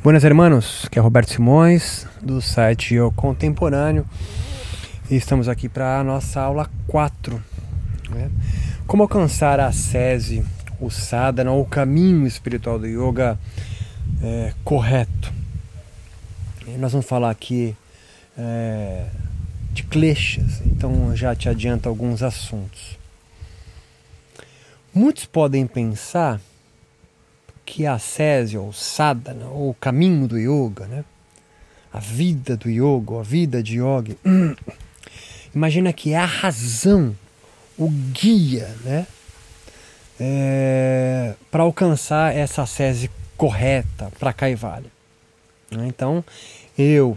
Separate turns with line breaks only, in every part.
Buenas hermanos, que é Roberto Simões, do site Eu Contemporâneo, e estamos aqui para a nossa aula 4, né? Como alcançar a ascese, o sadhana, ou o caminho espiritual do yoga correto. E nós vamos falar aqui de kleshas, então já te adianto alguns assuntos. Muitos podem pensar que a ascese, ou sadhana, ou o caminho do yoga, né? A vida do yoga, a vida de yogi, imagina que é a razão, o guia, né? Para alcançar essa ascese correta para Kaivalya. Então, eu,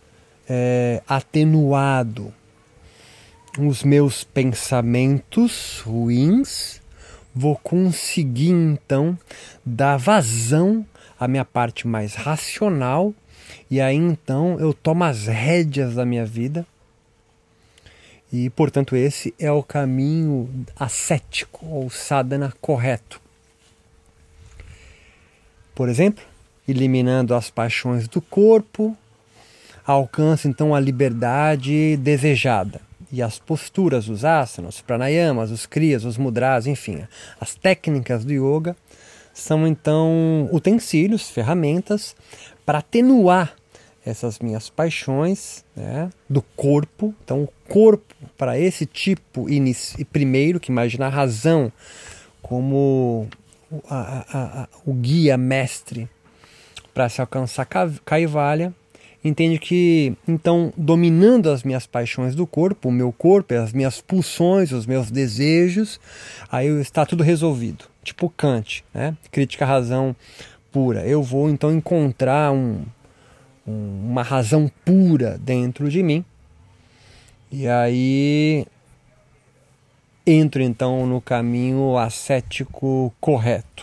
atenuado os meus pensamentos ruins, vou conseguir então dar vazão à minha parte mais racional, e aí então eu tomo as rédeas da minha vida, e portanto esse é o caminho ascético ou sadhana correto. Por exemplo, eliminando as paixões do corpo, alcança então a liberdade desejada. E as posturas, os asanas, os pranayamas, os kriyas, os mudras, enfim, as técnicas do yoga são então utensílios, ferramentas para atenuar essas minhas paixões, né, do corpo. Então o corpo, para esse tipo primeiro, que imagina a razão como o guia mestre para se alcançar Kaivalya, entende que, então, dominando as minhas paixões do corpo, o meu corpo, as minhas pulsões, os meus desejos, aí está tudo resolvido. Tipo Kant, né? Crítica à razão pura. Eu vou, então, encontrar uma razão pura dentro de mim. E aí entro, então, no caminho ascético correto.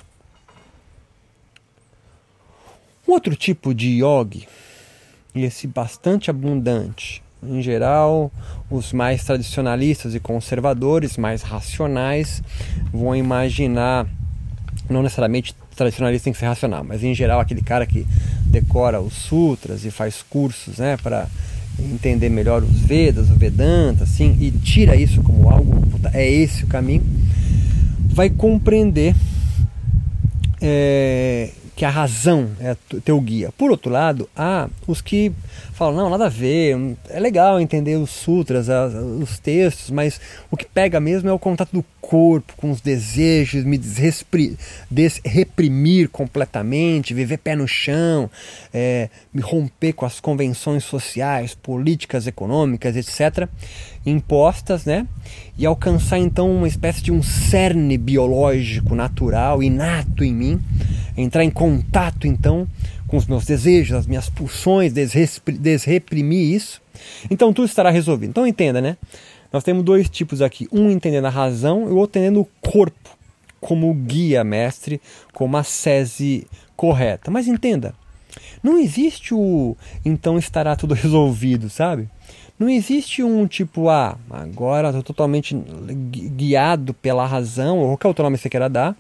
Um outro tipo de yogi, e esse bastante abundante, em geral, os mais tradicionalistas e conservadores, mais racionais, vão imaginar, não necessariamente tradicionalista tem que ser racional, mas em geral aquele cara que decora os sutras e faz cursos, né, para entender melhor os Vedas, o Vedanta, assim, e tira isso como algo, é esse o caminho, vai compreender que a razão é teu guia. Por outro lado, há os que falam, não, nada a ver, é legal entender os sutras, os textos, mas o que pega mesmo é o contato do corpo com os desejos, me reprimir completamente, viver pé no chão, me romper com as convenções sociais, políticas, econômicas, etc., impostas, né? E alcançar então uma espécie de um cerne biológico natural, inato em mim, entrar em contato então com os meus desejos, as minhas pulsões, desreprimir isso. Então tudo estará resolvido. Então entenda, né? Nós temos dois tipos aqui, um entendendo a razão e o outro entendendo o corpo como guia mestre, como a ascese correta. Mas entenda, não existe então estará tudo resolvido, sabe? Não existe um tipo, agora estou totalmente guiado pela razão, ou qualquer outro nome que você queira dar,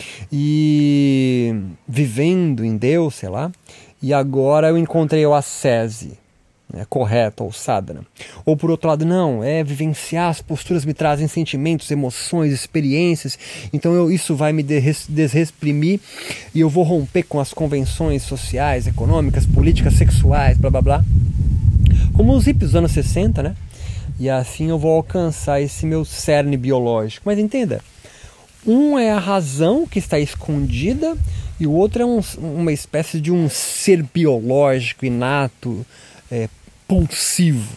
e vivendo em Deus, sei lá, e agora eu encontrei o ascese, né, correto, ou sadhana. Ou por outro lado, não, vivenciar as posturas me trazem sentimentos, emoções, experiências, então isso vai me desreprimir e eu vou romper com as convenções sociais, econômicas, políticas, sexuais, blá blá blá. Como os hippies dos anos 60, né? E assim eu vou alcançar esse meu cerne biológico. Mas entenda, um é a razão que está escondida e o outro é uma espécie de um ser biológico, inato, pulsivo.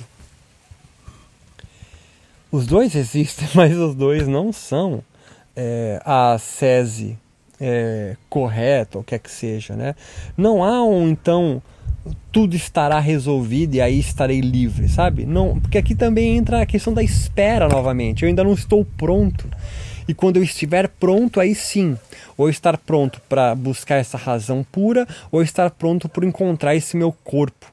Os dois existem, mas os dois não são a ascese correta, ou quer que seja, né? Não há então tudo estará resolvido e aí estarei livre, sabe? Não, porque aqui também entra a questão da espera novamente. Eu ainda não estou pronto. E quando eu estiver pronto, aí sim, ou estar pronto para buscar essa razão pura, ou estar pronto para encontrar esse meu corpo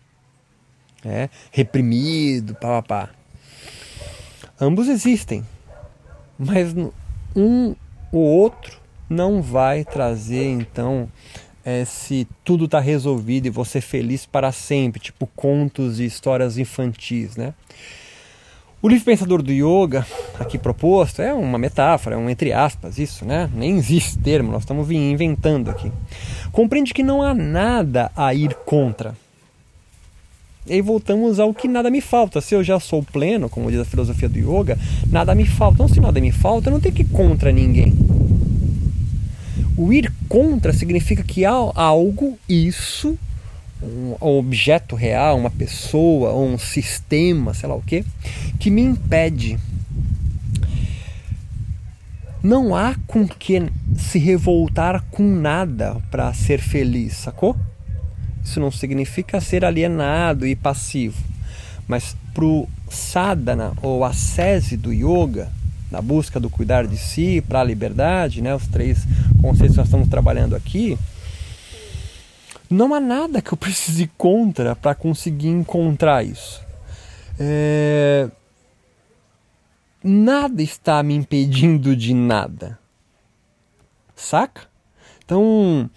reprimido, pá. Ambos existem, mas o outro não vai trazer então se tudo está resolvido e você feliz para sempre, tipo contos e histórias infantis, né? O livre pensador do yoga, aqui proposto, é uma metáfora, é um entre aspas, isso, né? Nem existe termo, nós estamos inventando aqui. Compreende que não há nada a ir contra. E aí voltamos ao que nada me falta. Se eu já sou pleno, como diz a filosofia do yoga, nada me falta. Então, se nada me falta, eu não tenho que ir contra ninguém. O ir contra significa que há algo, isso, um objeto real, uma pessoa, ou um sistema, sei lá o que me impede. Não há com que se revoltar com nada para ser feliz, sacou? Isso não significa ser alienado e passivo, mas pro sadhana ou ascese do yoga, na busca do cuidar de si, para a liberdade, né, os 3 conceitos que nós estamos trabalhando aqui, não há nada que eu precise ir contra para conseguir encontrar isso. Nada está me impedindo de nada. Saca? Então,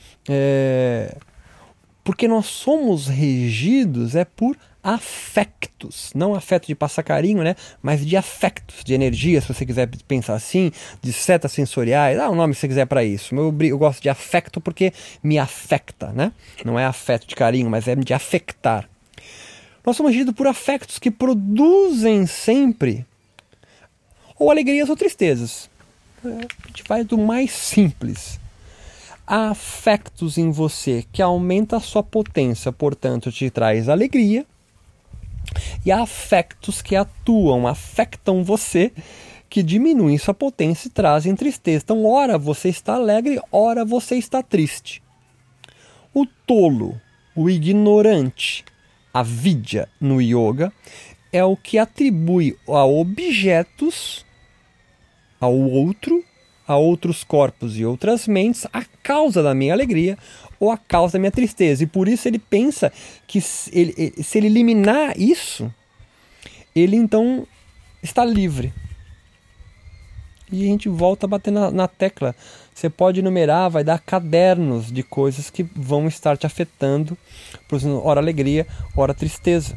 porque nós somos regidos por afectos, não afeto de passar carinho, né? Mas de afectos, de energia, se você quiser pensar assim, de setas sensoriais, o nome que você quiser para isso. Eu gosto de afecto porque me afecta, né? Não é afeto de carinho, mas é de afectar. Nós somos regidos por afectos que produzem sempre ou alegrias ou tristezas. A gente vai do mais simples. Há afectos em você que aumenta a sua potência, portanto te traz alegria. E há afectos que afetam você, que diminuem sua potência e trazem tristeza. Então, ora você está alegre, ora você está triste. O tolo, o ignorante, a vidya no yoga, é o que atribui a objetos, ao outro, a outros corpos e outras mentes, a causa da minha alegria ou a causa da minha tristeza. E por isso ele pensa que se ele eliminar isso, ele então está livre. E a gente volta a bater na tecla. Você pode enumerar, vai dar cadernos de coisas que vão estar te afetando, ora alegria, ora tristeza.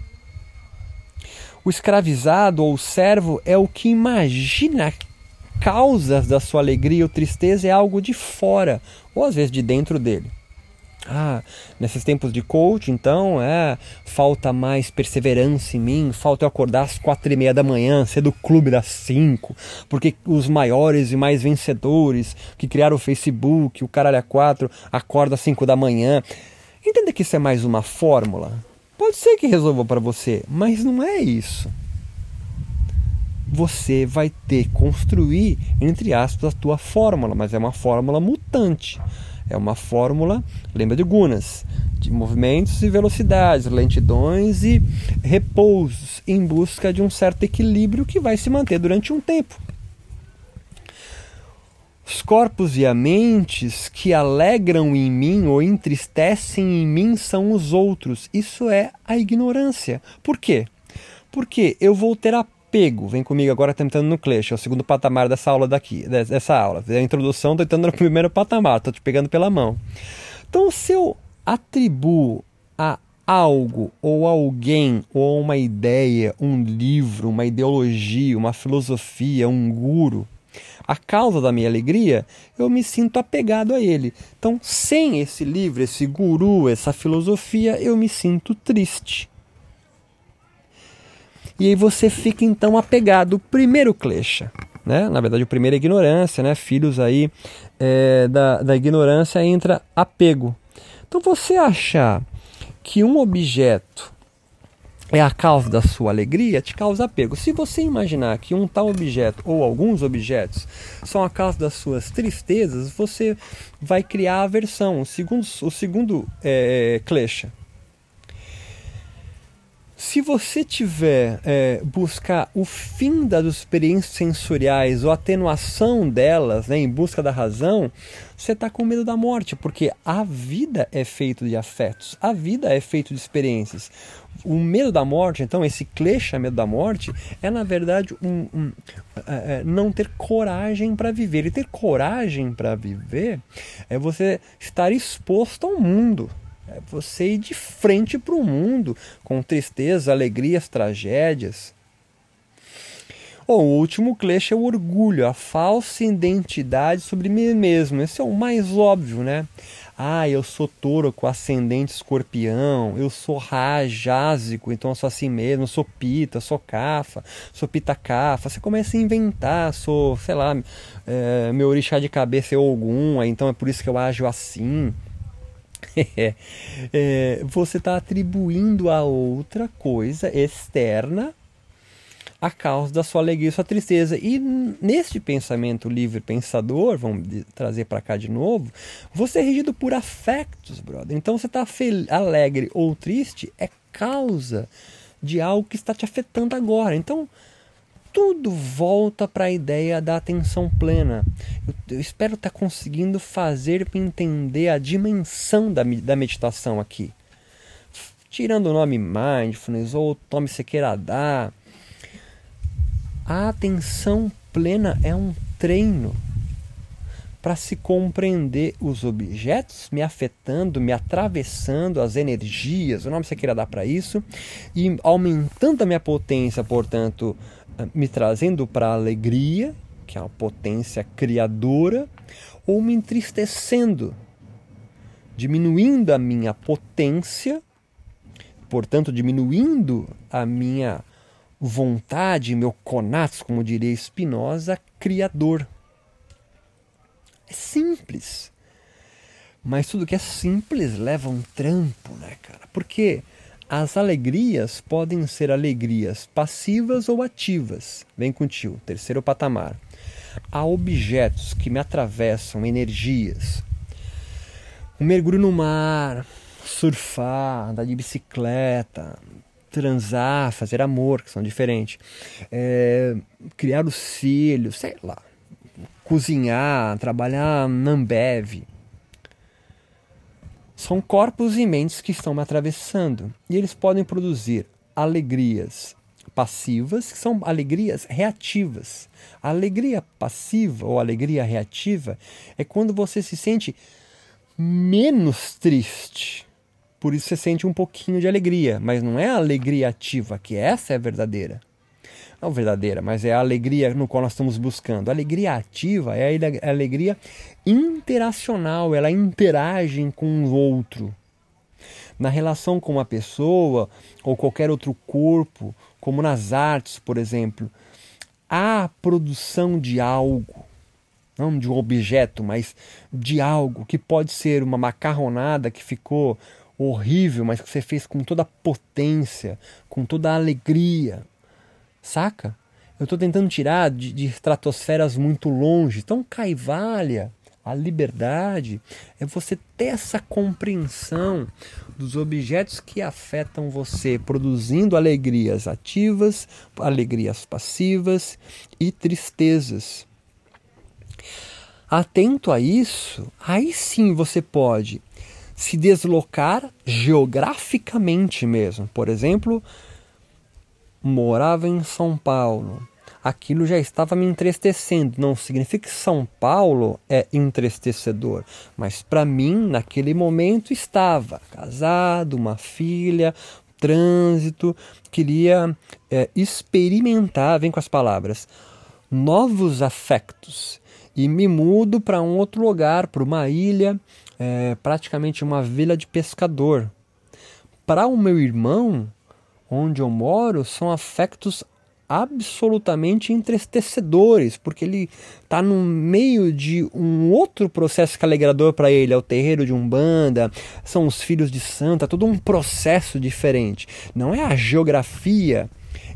O escravizado ou o servo é o que imagina causas da sua alegria ou tristeza, é algo de fora, ou às vezes de dentro dele. Nesses tempos de coach, então, falta mais perseverança em mim, falta eu acordar às 4:30 da manhã, ser do clube das 5, porque os maiores e mais vencedores que criaram o Facebook, o caralho a 4, acordam às 5 da manhã. Entenda que isso é mais uma fórmula. Pode ser que resolva para você, mas não é isso. Você vai ter que construir, entre aspas, a tua fórmula, mas é uma fórmula mutante. É uma fórmula, lembra de gunas, de movimentos e velocidades, lentidões e repousos, em busca de um certo equilíbrio que vai se manter durante um tempo. Os corpos e as mentes que alegram em mim ou entristecem em mim são os outros. Isso é a ignorância. Por quê? Porque eu vou ter apego. Vem comigo agora, estamos entrando no klesha, é o segundo patamar dessa aula dessa aula. A introdução, estou entrando no primeiro patamar, estou te pegando pela mão. Então, se eu atribuo a algo, ou alguém, ou uma ideia, um livro, uma ideologia, uma filosofia, um guru, a causa da minha alegria, eu me sinto apegado a ele. Então, sem esse livro, esse guru, essa filosofia, eu me sinto triste. E aí você fica então apegado. Primeiro klesha, né? Na verdade o primeiro é ignorância, né? Filhos aí da ignorância entra apego. Então você achar que um objeto é a causa da sua alegria, te causa apego. Se você imaginar que um tal objeto ou alguns objetos são a causa das suas tristezas, você vai criar aversão. O segundo klesha. Se você tiver buscar o fim das experiências sensoriais ou atenuação delas, né, em busca da razão, você está com medo da morte, porque a vida é feita de afetos, a vida é feita de experiências. O medo da morte, então, esse klesha, medo da morte, é na verdade não ter coragem para viver. E ter coragem para viver é você estar exposto ao mundo. É você ir de frente para o mundo, com tristeza, alegrias, tragédias. O último klesha é o orgulho, a falsa identidade sobre mim mesmo. Esse é o mais óbvio, né? Eu sou touro com ascendente escorpião, eu sou rajásico, então eu sou assim mesmo, eu sou pita, sou cafa, sou pita-cafa. Você começa a inventar, sou, sei lá, meu orixá de cabeça é Ogum, então é por isso que eu ajo assim. Você está atribuindo a outra coisa externa a causa da sua alegria e sua tristeza. E neste pensamento livre pensador, vamos trazer para cá de novo, você é regido por afetos, brother. Então você está alegre ou triste é causa de algo que está te afetando agora. Então tudo volta para a ideia da atenção plena. Eu espero estar conseguindo fazer para entender a dimensão da meditação aqui. Tirando o nome Mindfulness ou Tome Sequeira, a atenção plena é um treino para se compreender os objetos me afetando, me atravessando, as energias, o nome que você queira dar para isso, e aumentando a minha potência, portanto, me trazendo para a alegria, que é uma potência criadora, ou me entristecendo, diminuindo a minha potência, portanto, diminuindo a minha vontade, meu conatos, como diria Spinoza, criador. É simples. Mas tudo que é simples leva um trampo, né, cara? Porque as alegrias podem ser alegrias passivas ou ativas. Vem contigo, terceiro patamar. Há objetos que me atravessam, energias. Um mergulho no mar, surfar, andar de bicicleta, transar, fazer amor, que são diferentes, criar os filhos, sei lá, cozinhar, trabalhar na Ambev. São corpos e mentes que estão me atravessando e eles podem produzir alegrias passivas, que são alegrias reativas. A alegria passiva ou alegria reativa é quando você se sente menos triste. Por isso você sente um pouquinho de alegria, mas não é a alegria ativa, que essa é a verdadeira. Não verdadeira, mas é a alegria no qual nós estamos buscando. A alegria ativa é a alegria interacional, ela interage com o outro. Na relação com uma pessoa ou qualquer outro corpo, como nas artes, por exemplo, há a produção de algo, não de um objeto, mas de algo que pode ser uma macarronada que ficou horrível, mas que você fez com toda a potência, com toda a alegria. Saca? Eu estou tentando tirar de estratosferas muito longe. Então, Kaivalya, a liberdade, é você ter essa compreensão dos objetos que afetam você, produzindo alegrias ativas, alegrias passivas e tristezas. Atento a isso, aí sim você pode se deslocar geograficamente mesmo. Por exemplo, morava em São Paulo. Aquilo já estava me entristecendo. Não significa que São Paulo é entristecedor, mas para mim, naquele momento, estava casado, uma filha, trânsito, queria experimentar, vem com as palavras, novos afetos. E me mudo para um outro lugar, para uma ilha, praticamente uma vila de pescador. Para o meu irmão, onde eu moro, são afetos absolutamente entristecedores, porque ele está no meio de um outro processo que é alegrador para ele, é o terreiro de Umbanda, são os filhos de santa, todo um processo diferente. Não é a geografia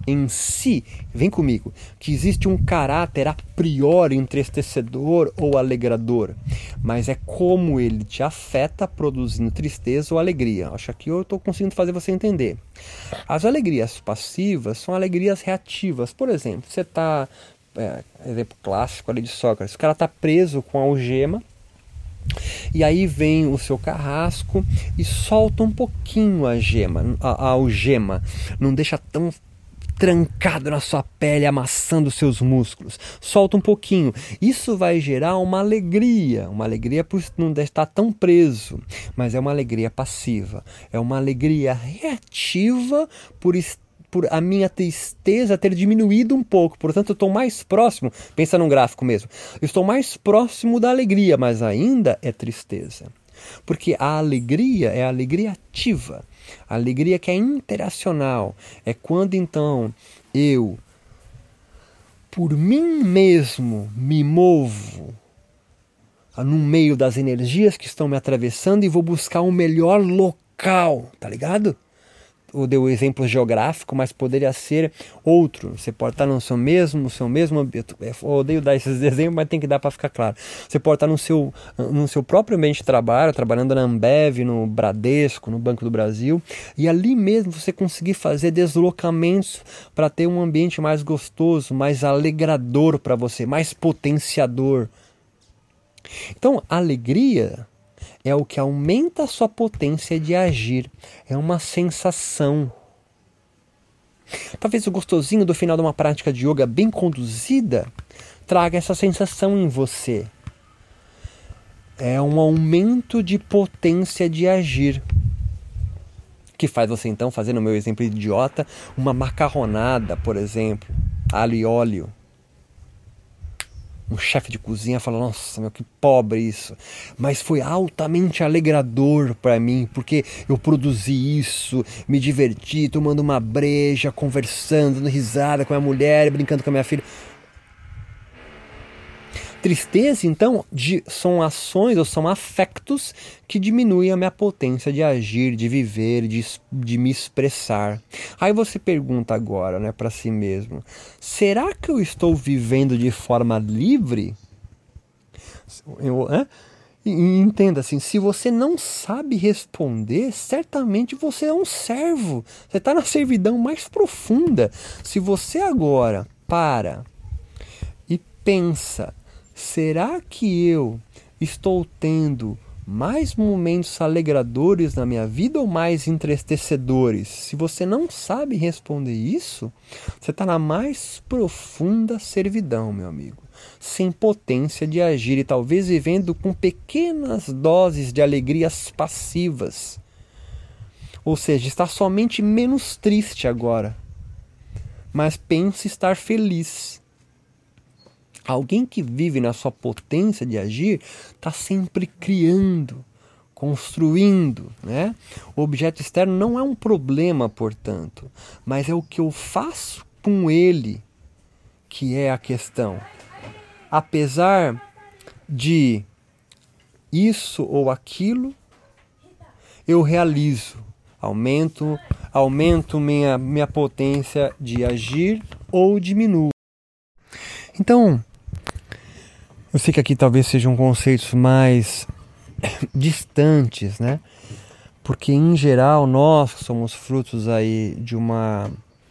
em si, vem comigo, que existe um caráter a priori entristecedor ou alegrador, mas é como ele te afeta produzindo tristeza ou alegria. Acho que eu estou conseguindo fazer você entender. As alegrias passivas são alegrias reativas. Por exemplo, você está, exemplo clássico ali de Sócrates, o cara está preso com a algema, e aí vem o seu carrasco e solta um pouquinho a algema, não deixa tão trancado na sua pele, amassando os seus músculos. Solta um pouquinho. Isso vai gerar uma alegria por não estar tão preso, mas é uma alegria passiva. É uma alegria reativa por a minha tristeza ter diminuído um pouco. Portanto, eu estou mais próximo, pensa num gráfico mesmo, eu estou mais próximo da alegria, mas ainda é tristeza. Porque a alegria é a alegria ativa, a alegria que é interacional. É quando então eu, por mim mesmo, me movo no meio das energias que estão me atravessando e vou buscar um melhor local, tá ligado? Eu dei o exemplo geográfico, mas poderia ser outro. Você pode estar no seu mesmo ambiente. Eu odeio dar esses exemplos, mas tem que dar para ficar claro. Você pode estar no seu próprio ambiente de trabalho, trabalhando na Ambev, no Bradesco, no Banco do Brasil, e ali mesmo você conseguir fazer deslocamentos para ter um ambiente mais gostoso, mais alegrador para você, mais potenciador. Então, alegria é o que aumenta a sua potência de agir. É uma sensação. Talvez o gostosinho do final de uma prática de yoga bem conduzida traga essa sensação em você. É um aumento de potência de agir, que faz você então fazer, no meu exemplo idiota, uma macarronada, por exemplo, alho e óleo. Um chefe de cozinha fala, nossa, meu, que pobre isso. Mas foi altamente alegrador para mim, porque eu produzi isso, me diverti, tomando uma breja, conversando, dando risada com a minha mulher, brincando com a minha filha. Tristeza, então, são ações ou são afectos que diminuem a minha potência de agir, de viver, de me expressar. Aí você pergunta agora, né, para si mesmo, será que eu estou vivendo de forma livre? E entenda assim, se você não sabe responder, certamente você é um servo. Você está na servidão mais profunda. Se você agora para e pensa, será que eu estou tendo mais momentos alegradores na minha vida ou mais entristecedores? Se você não sabe responder isso, você está na mais profunda servidão, meu amigo. Sem potência de agir e talvez vivendo com pequenas doses de alegrias passivas. Ou seja, está somente menos triste agora, mas pense estar feliz. Alguém que vive na sua potência de agir está sempre criando, construindo, né? O objeto externo não é um problema, portanto, mas é o que eu faço com ele que é a questão. Apesar de isso ou aquilo, eu realizo, aumento minha potência de agir ou diminuo. Então, eu sei que aqui talvez sejam conceitos mais distantes, né? Porque em geral nós somos frutos aí de uma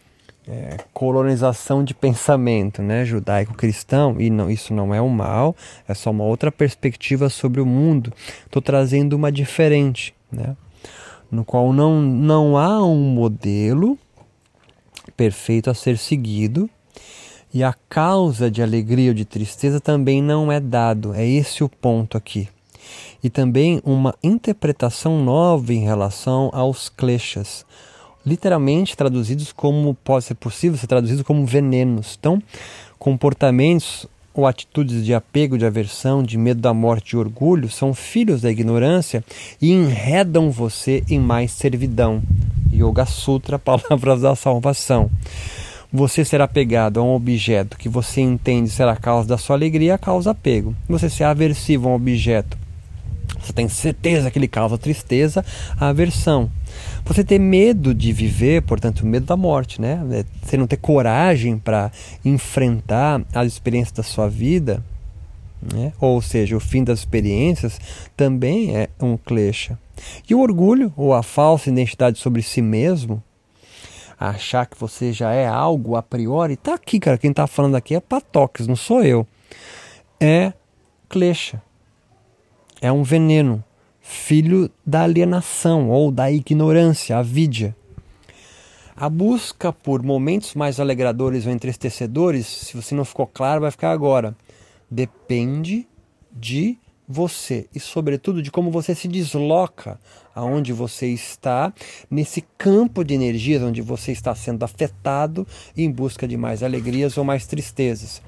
colonização de pensamento, né? Judaico-cristão, e não, isso não é um mal, é só uma outra perspectiva sobre o mundo. Estou trazendo uma diferente, né? No qual não há um modelo perfeito a ser seguido, e a causa de alegria ou de tristeza também não é dado. É esse o ponto aqui. E também uma interpretação nova em relação aos kleshas. Literalmente traduzidos como, pode ser possível ser traduzido como venenos. Então, comportamentos ou atitudes de apego, de aversão, de medo da morte e orgulho são filhos da ignorância e enredam você em mais servidão. Yoga Sutra, palavras da salvação. Você será apegado a um objeto que você entende ser a causa da sua alegria, a causa apego. Você ser aversivo a um objeto, você tem certeza que ele causa tristeza, a aversão. Você ter medo de viver, portanto, medo da morte, né? Você não ter coragem para enfrentar as experiências da sua vida, né? Ou seja, o fim das experiências, também é um klesha. E o orgulho, ou a falsa identidade sobre si mesmo, achar que você já é algo a priori, tá aqui, cara, quem tá falando aqui é Patóquis, não sou eu. É klesha. É um veneno, filho da alienação ou da ignorância, avidya. A busca por momentos mais alegradores ou entristecedores, se você não ficou claro, vai ficar agora. Depende de você e, sobretudo, de como você se desloca aonde você está, nesse campo de energias onde você está sendo afetado em busca de mais alegrias ou mais tristezas.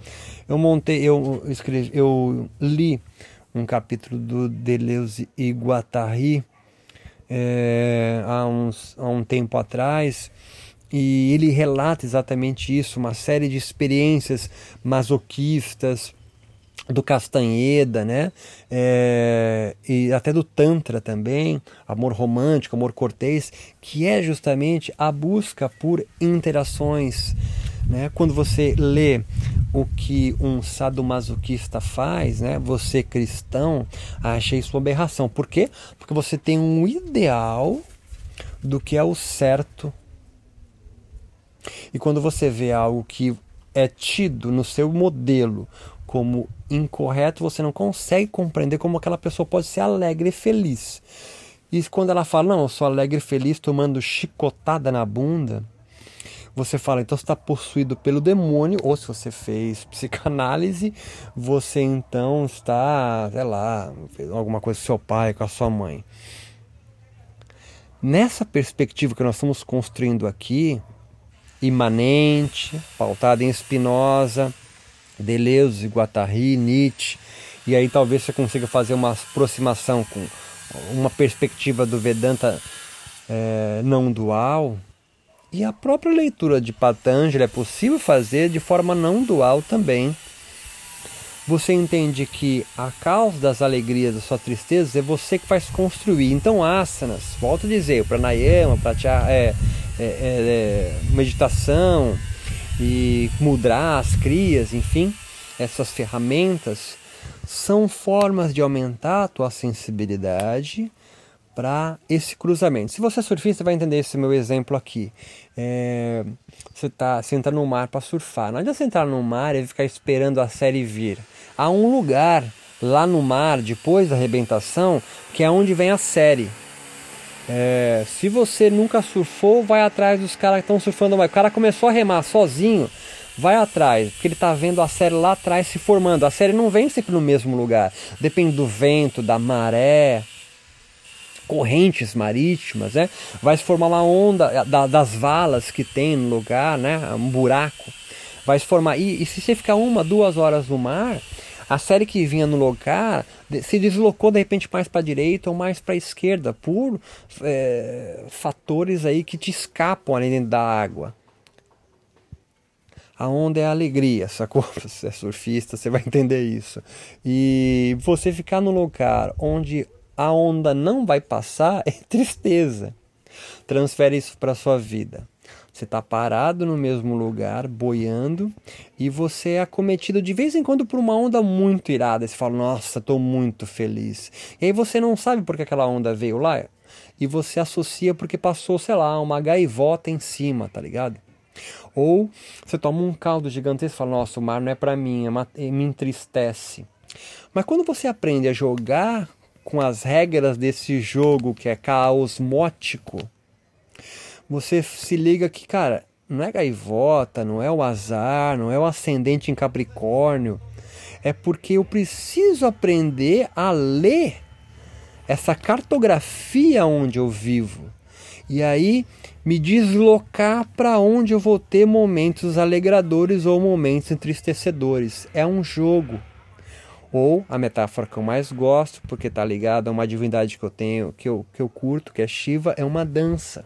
Eu li um capítulo do Deleuze e Guattari há um tempo atrás, e ele relata exatamente isso, uma série de experiências masoquistas, do Castanheda, né? E até do Tantra também, amor romântico, amor cortês, que é justamente a busca por interações, né? Quando você lê o que um sadomasoquista faz, né? Você cristão, acha isso uma aberração. Por quê? Porque você tem um ideal do que é o certo. E quando você vê algo que é tido no seu modelo como incorreto, você não consegue compreender como aquela pessoa pode ser alegre e feliz. E quando ela fala, não, eu sou alegre e feliz tomando chicotada na bunda, você fala, então você está possuído pelo demônio, ou se você fez psicanálise, você então está, sei lá, fez alguma coisa com seu pai, com a sua mãe. Nessa perspectiva que nós estamos construindo aqui, imanente, pautada em Spinoza, Deleuze, Guattari, Nietzsche, e aí talvez você consiga fazer uma aproximação com uma perspectiva do Vedanta não dual, e a própria leitura de Patanjali é possível fazer de forma não dual também. Você entende que a causa das alegrias, das suas tristezas, é você que faz construir. Então asanas, volto a dizer, o pranayama, meditação e mudras, kriyas, enfim, essas ferramentas são formas de aumentar a tua sensibilidade para esse cruzamento. Se você é surfista, você vai entender esse meu exemplo aqui. Você entra no mar para surfar. Não adianta você entrar no mar e ficar esperando a série vir. Há um lugar lá no mar, depois da arrebentação, que é onde vem a série. Se você nunca surfou, vai atrás dos caras que estão surfando mais. O cara começou a remar sozinho, vai atrás, porque ele está vendo a série lá atrás se formando. A série não vem sempre no mesmo lugar. Depende do vento, da maré, correntes marítimas, né? Vai se formar uma onda das valas que tem no lugar, né? Um buraco. Vai se formar. E se você ficar 1, 2 horas no mar, a série que vinha no lugar se deslocou de repente mais para a direita ou mais para a esquerda por fatores aí que te escapam ali dentro da água. A onda é a alegria, sacou? Se você é surfista, você vai entender isso. E você ficar no lugar onde a onda não vai passar é tristeza. Transfere isso para a sua vida. Você está parado no mesmo lugar, boiando, e você é acometido de vez em quando por uma onda muito irada. Você fala, nossa, estou muito feliz. E aí você não sabe por que aquela onda veio lá, e você associa porque passou, sei lá, uma gaivota em cima, tá ligado? Ou você toma um caldo gigantesco e fala, nossa, o mar não é para mim, me entristece. Mas quando você aprende a jogar com as regras desse jogo que é caosmótico, você se liga que, cara, não é gaivota, não é o azar, não é o ascendente em Capricórnio. É porque eu preciso aprender a ler essa cartografia onde eu vivo. E aí me deslocar para onde eu vou ter momentos alegradores ou momentos entristecedores. É um jogo. Ou a metáfora que eu mais gosto, porque está ligada a uma divindade que eu tenho, que eu curto, que é Shiva, é uma dança.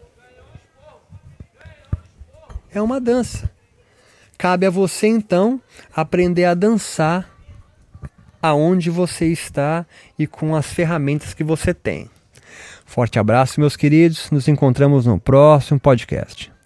É uma dança. Cabe a você então aprender a dançar aonde você está e com as ferramentas que você tem. Forte abraço, meus queridos. Nos encontramos no próximo podcast.